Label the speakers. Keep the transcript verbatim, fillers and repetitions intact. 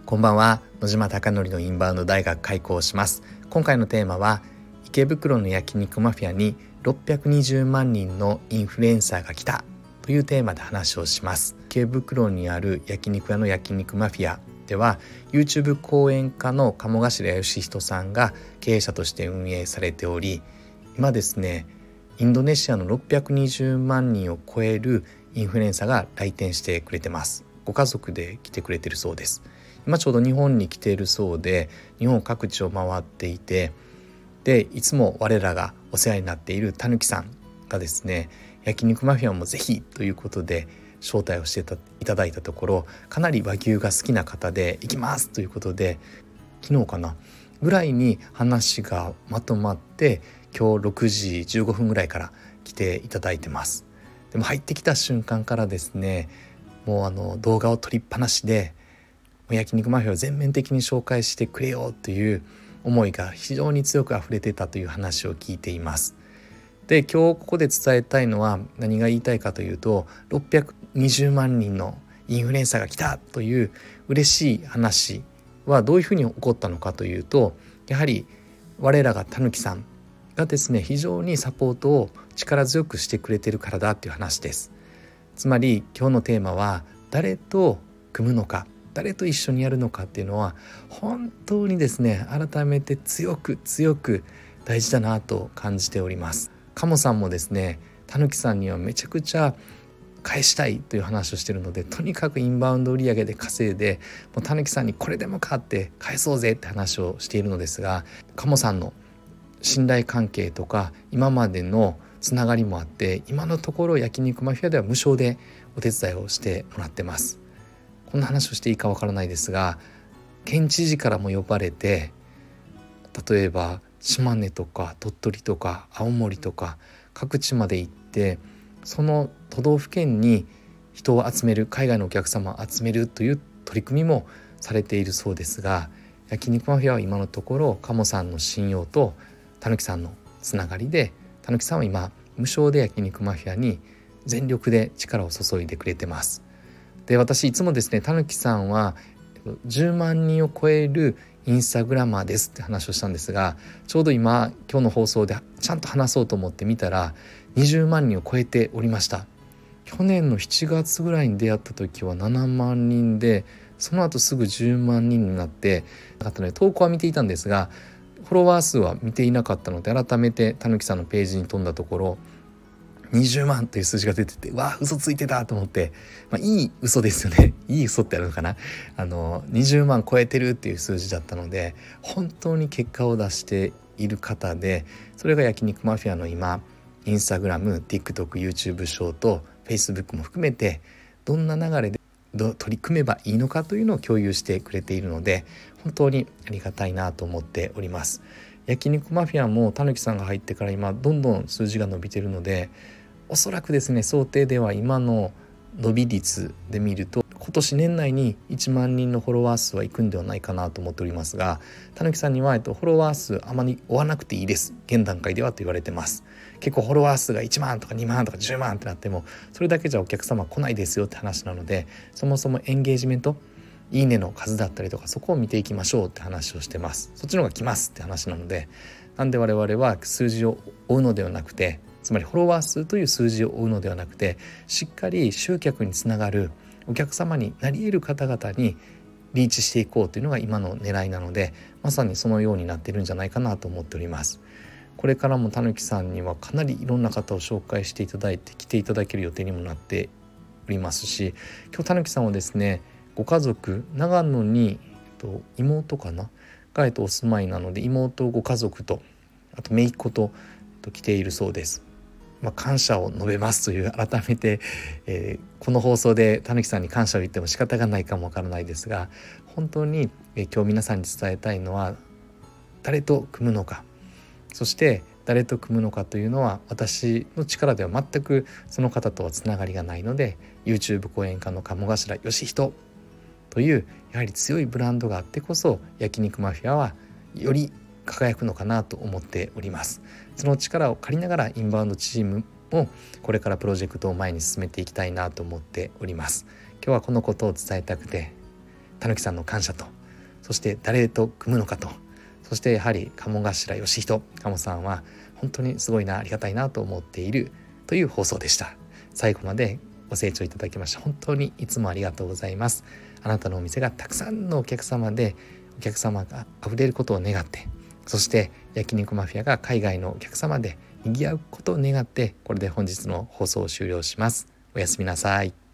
Speaker 1: こんばんは。野島貴則のインバウンド大学開講します。今回のテーマは、池袋の焼肉マフィアにろっぴゃくにじゅうまんにんのインフルエンサーが来たというテーマで話をします。池袋にある焼肉屋の焼肉マフィアでは YouTube 講演家の鴨頭義人さんが経営者として運営されており、今ですねインドネシアのろっぴゃくにじゅうまんにんを超えるインフルエンサーが来店してくれてます。ご家族で来てくれてるそうです。今ちょうど日本に来ているそうで、日本各地を回っていて、でいつも我らがお世話になっているたぬきさんがですね、焼肉マフィアもぜひということで招待をしていただいたところ、かなり和牛が好きな方で行きますということで、昨日かなぐらいに話がまとまって、今日ろくじじゅうごふんぐらいから来ていただいてます。でも入ってきた瞬間からですね、もうあの動画を撮りっぱなしで焼肉マフィアを全面的に紹介してくれようという思いが非常に強く溢れてたという話を聞いています。で今日ここで伝えたいのは、何が言いたいかというと、ろっぴゃくにじゅうまんにんのインフルエンサーが来たという嬉しい話はどういうふうに起こったのかというと、やはり我らがたぬきさんがですね、非常にサポートを力強くしてくれているからだっていう話です。つまり今日のテーマは、誰と組むのか、誰と一緒にやるのかっていうのは本当にですね、改めて強く強く大事だなと感じております。鴨さんもですね、たぬきさんにはめちゃくちゃ返したいという話をしているので、とにかくインバウンド売上で稼いで、もうたぬきさんにこれでもかって返そうぜって話をしているのですが、鴨さんの信頼関係とか今までのつながりもあって、今のところ焼肉マフィアでは無償でお手伝いをしてもらってます。こんな話をしていいかわからないですが、県知事からも呼ばれて、例えば島根とか鳥取とか青森とか各地まで行って、その都道府県に人を集める、海外のお客様を集めるという取り組みもされているそうですが、焼肉マフィアは今のところ鴨さんの信用とたぬきさんのつながりで、たぬきさんは今無償で焼肉マフィアに全力で力を注いでくれてます。で私いつもですね、たぬきさんはじゅうまんにんを超えるインスタグラマーですって話をしたんですが、ちょうど今今日の放送でちゃんと話そうと思って見たらにじゅうまんにんを超えておりました。去年のしちがつぐらいに出会った時はななまんにんで、その後すぐじゅうまんにんになって、あとね、投稿は見ていたんですがフォロワー数は見ていなかったので、改めてたぬきさんのページに飛んだところにじゅうまんという数字が出てて、わあ嘘ついてたと思って、まあ、いい嘘ですよね。いい嘘ってあるのかな、あのにじゅうまん超えてるっていう数字だったので、本当に結果を出している方で、それが焼肉マフィアの今インスタグラム、TikTok、YouTube ショート、Facebook も含めてどんな流れでどう取り組めばいいのかというのを共有してくれているので、本当にありがたいなと思っております。焼肉マフィアもたぬきさんが入ってから今どんどん数字が伸びているので、おそらくですね、想定では今の伸び率で見ると今年年内にいちまんにんのフォロワー数はいくんではないかなと思っておりますが、たぬきさんには、えっと、フォロワー数あまり追わなくていいです現段階ではと言われてます。結構フォロワー数がいちまんとかにまんとかじゅうまんってなってもそれだけじゃお客様来ないですよって話なので、そもそもエンゲージメント、いいねの数だったりとか、そこを見ていきましょうって話をしてます。そっちの方が来ますって話なので、なんで我々は数字を追うのではなくて、つまりフォロワー数という数字を追うのではなくて、しっかり集客につながるお客様になり得る方々にリーチしていこうというのが今の狙いなので、まさにそのようになっているんじゃないかなと思っております。これからもたぬきさんにはかなりいろんな方を紹介していただいて来ていただける予定にもなっておりますし、今日たぬきさんはですね、ご家族長野に、えっと、妹かなが、えっと、お住まいなので、妹ご家族とあと姪っ子と、えっと、来ているそうです。まあ、感謝を述べますという、改めて、えー、この放送でたぬきさんに感謝を言っても仕方がないかもわからないですが、本当に、えー、今日皆さんに伝えたいのは、誰と組むのか、そして誰と組むのかというのは私の力では全くその方とはつながりがないので、 YouTube 講演家の鴨頭義人というやはり強いブランドがあってこそ焼肉マフィアはより輝くのかなと思っております。その力を借りながらインバウンドチームをこれからプロジェクトを前に進めていきたいなと思っております。今日はこのことを伝えたくて、たぬきさんの感謝とそして誰と組むのかと、そしてやはり鴨頭義人鴨さんは本当にすごいな、ありがたいなと思っているという放送でした。最後までご清聴いただきまして本当にいつもありがとうございます。あなたのお店がたくさんのお客様でお客様があふれることを願って、そして焼肉マフィアが海外のお客様で賑わうことを願って、これで本日の放送を終了します。おやすみなさい。